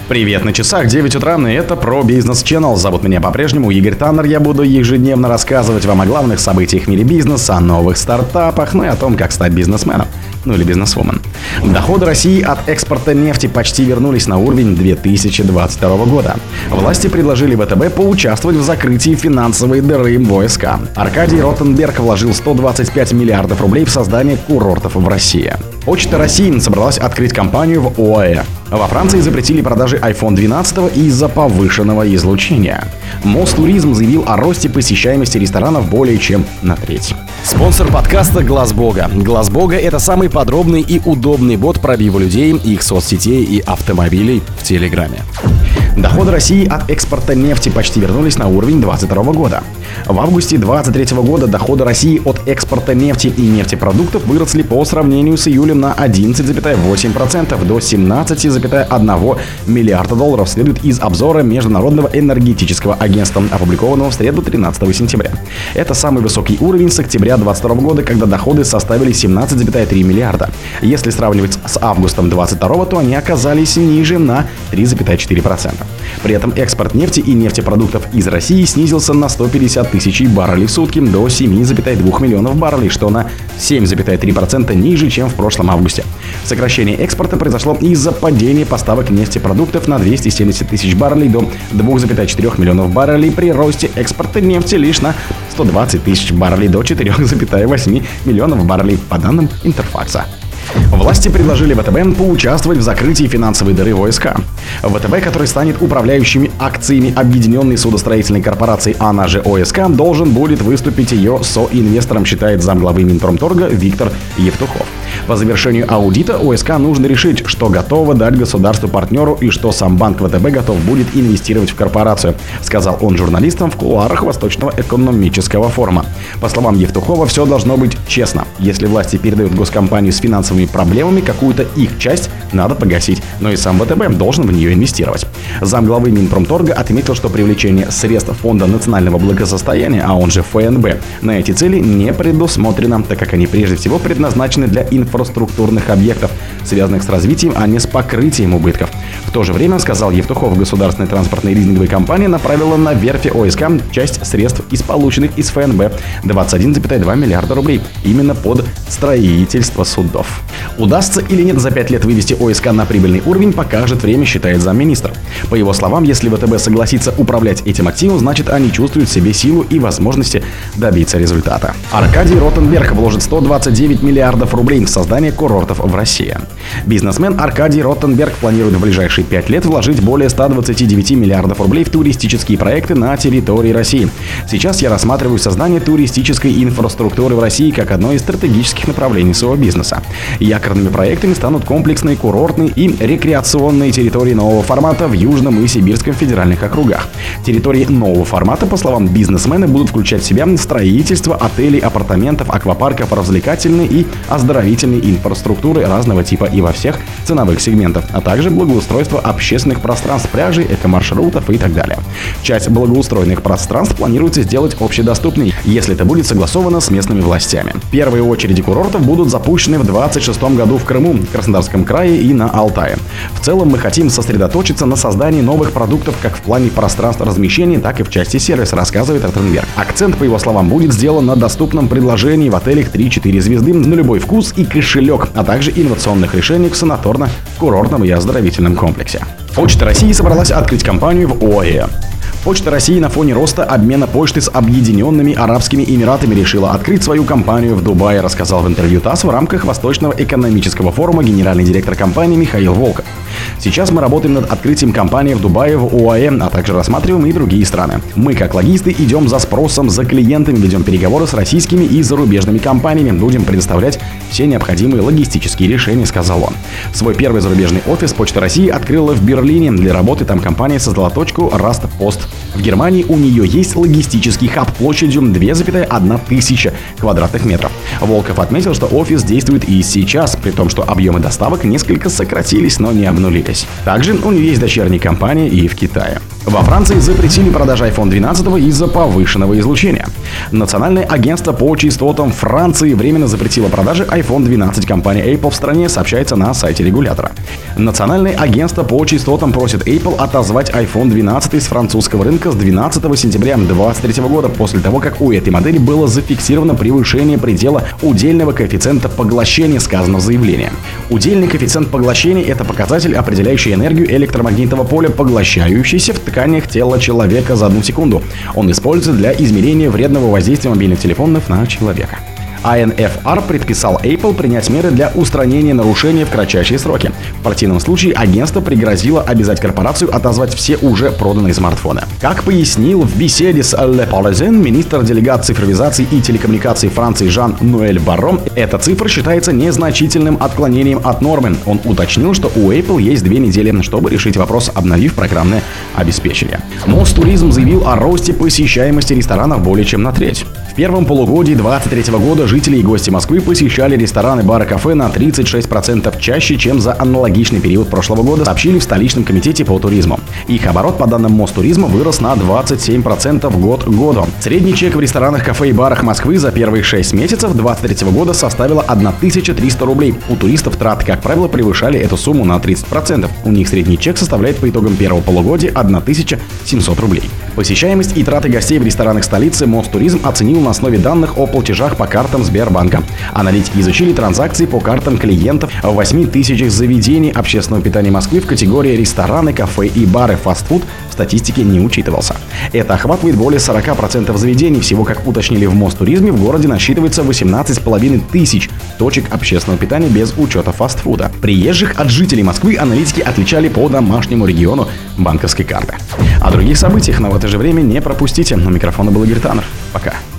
Привет, на часах 9 утра, и это про Business Channel. Зовут меня по-прежнему Игорь Таннер. Я буду ежедневно рассказывать вам о главных событиях в мире бизнеса, о новых стартапах, ну и о том, как стать бизнесменом. Ну или бизнесвумен. Доходы России от экспорта нефти почти вернулись на уровень 2022 года. Власти предложили ВТБ поучаствовать в закрытии финансовой дыры в ОСК. Аркадий Ротенберг вложил 125 миллиардов рублей в создание курортов в России. Почта России собралась открыть компанию в ОАЭ. Во Франции запретили продажи iPhone 12 из-за повышенного излучения. Мостуризм заявил о росте посещаемости ресторанов более чем на треть. Спонсор подкаста Глаз Бога. Глаз Бога — это самый подробный и удобный бот пробива людей, их соцсетей и автомобилей в Телеграме. Доходы России от экспорта нефти почти вернулись на уровень 2022 года. В августе 2023 года доходы России от экспорта нефти и нефтепродуктов выросли по сравнению с июлем на 11,8% до 17,1 миллиарда долларов, следует из обзора Международного энергетического агентства, опубликованного в среду 13 сентября. Это самый высокий уровень с октября 2022 года, когда доходы составили 17,3 миллиарда. Если сравнивать с августом 2022, то они оказались ниже на 3,4%. При этом экспорт нефти и нефтепродуктов из России снизился на 150 тысяч баррелей в сутки до 7,2 миллионов баррелей, что на 7,3% ниже, чем в прошлом августе. Сокращение экспорта произошло из-за падения поставок нефтепродуктов на 270 тысяч баррелей до 2,4 миллионов баррелей при росте экспорта нефти лишь на 120 тысяч баррелей до 4,8 миллионов баррелей, по данным Интерфакса. Власти предложили ВТБ поучаствовать в закрытии финансовой дыры в ОСК. ВТБ, который станет управляющими акциями Объединенной судостроительной корпорации, она же ОСК, должен будет выступить ее соинвестором, считает замглавы Минпромторга Виктор Евтухов. По завершению аудита ОСК нужно решить, что готово дать государству-партнеру и что сам банк ВТБ готов будет инвестировать в корпорацию, сказал он журналистам в кулуарах Восточного экономического форума. По словам Евтухова, все должно быть честно. Если власти передают госкомпанию с финансовыми проблемами, какую-то их часть надо погасить, но и сам ВТБ должен в нее инвестировать. Замглавы Минпромторга отметил, что привлечение средств Фонда национального благосостояния, а он же ФНБ, на эти цели не предусмотрено, так как они прежде всего предназначены для инфраструктурных объектов, связанных с развитием, а не с покрытием убытков. В то же время, сказал Евтухов, государственная транспортная лизинговая компания направила на верфи ОСК часть средств из полученных из ФНБ 21,2 миллиарда рублей именно под строительство судов. Удастся или нет за 5 лет вывести ОСК на прибыльный уровень, покажет время, считает замминистра. По его словам, если ВТБ согласится управлять этим активом, значит они чувствуют в себе силу и возможности добиться результата. Аркадий Ротенберг вложит 129 миллиардов рублей в создание курортов в России. Бизнесмен Аркадий Ротенберг планирует в ближайшие 5 лет вложить более 129 миллиардов рублей в туристические проекты на территории России. Сейчас я рассматриваю создание туристической инфраструктуры в России как одно из стратегических направлений своего бизнеса. Якорными проектами станут комплексные курортные и рекреационные территории нового формата в Южном и Сибирском федеральных округах. Территории нового формата, по словам бизнесмена, будут включать в себя строительство отелей, апартаментов, аквапарков, развлекательной и оздоровительной инфраструктуры разного типа и во всех ценовых сегментах, а также благоустройство общественных пространств, пляжей, экомаршрутов и так далее. Часть благоустроенных пространств планируется сделать общедоступной, если это будет согласовано с местными властями. Первые очереди курортов будут запущены в 2026 году в Крыму, Краснодарском крае и на Алтае. В целом мы хотим сосредоточиться на создании новых продуктов как в плане пространства размещения, так и в части сервиса, рассказывает Ротенберг. Акцент, по его словам, будет сделан на доступном предложении в отелях 3-4 звезды на любой вкус и кошелек, а также инновационных решениях в санаторно-курортном и оздоровительном комплексе. Почта России собралась открыть компанию в ОАЭ. Почта России на фоне роста обмена почты с Объединенными Арабскими Эмиратами решила открыть свою компанию в Дубае, рассказал в интервью ТАСС в рамках Восточного экономического форума генеральный директор компании Михаил Волков. Сейчас мы работаем над открытием компании в Дубае в ОАЭ, а также рассматриваем и другие страны. Мы, как логисты, идем за спросом, за клиентами, ведем переговоры с российскими и зарубежными компаниями, будем предоставлять все необходимые логистические решения, сказал он. Свой первый зарубежный офис Почта России открыла в Берлине. Для работы там компания создала точку Растпост. В Германии у нее есть логистический хаб площадью 2,1 тысяча квадратных метров. Волков отметил, что офис действует и сейчас, при том, что объемы доставок несколько сократились, но не обнулились. Также у нее есть дочерние компании и в Китае. Во Франции запретили продажу iPhone 12 из-за повышенного излучения. Национальное агентство по частотам Франции временно запретило продажи iPhone 12 компании Apple в стране, сообщается на сайте регулятора. Национальное агентство по частотам просит Apple отозвать iPhone 12 с французского рынка с 12 сентября 2023 года, после того, как у этой модели было зафиксировано превышение предела удельного коэффициента поглощения, сказано в заявлении. Удельный коэффициент поглощения – это показатель, определяющий энергию электромагнитного поля, поглощающейся в тканях тела человека за 1 секунду. Он используется для измерения вредного воздействия мобильных телефонов на человека. АНФР предписал Apple принять меры для устранения нарушения в кратчайшие сроки. В противном случае агентство пригрозило обязать корпорацию отозвать все уже проданные смартфоны. Как пояснил в беседе с Le Parisien министр делегации цифровизации и телекоммуникаций Франции Жан-Ноэль Баррон, эта цифра считается незначительным отклонением от нормы. Он уточнил, что у Apple есть 2 недели, чтобы решить вопрос, обновив программное обеспечение. Мостуризм заявил о росте посещаемости ресторанов более чем на треть. В первом полугодии 2023 года жители и гости Москвы посещали рестораны, бары, кафе на 36% чаще, чем за аналогичный период прошлого года, сообщили в столичном комитете по туризму. Их оборот, по данным Мостуризма, вырос на 27% год к году. Средний чек в ресторанах, кафе и барах Москвы за первые 6 месяцев 2023 года составила 1300 рублей. У туристов траты, как правило, превышали эту сумму на 30%. У них средний чек составляет по итогам первого полугодия 1700 рублей. Посещаемость и траты гостей в ресторанах столицы Мостуризм оценил на основе данных о платежах по картам Сбербанка. Аналитики изучили транзакции по картам клиентов в 8000 заведений общественного питания Москвы в категории рестораны, кафе и бары. Фастфуд в статистике не учитывался. Это охватывает более 40% заведений. Всего, как уточнили в Мостуризме, в городе насчитывается 18,5 тысяч точек общественного питания без учета фастфуда. Приезжих от жителей Москвы аналитики отличали по домашнему региону банковской карты. О других событиях, но в это же время не пропустите. У микрофона был Игорь Таннер. Пока.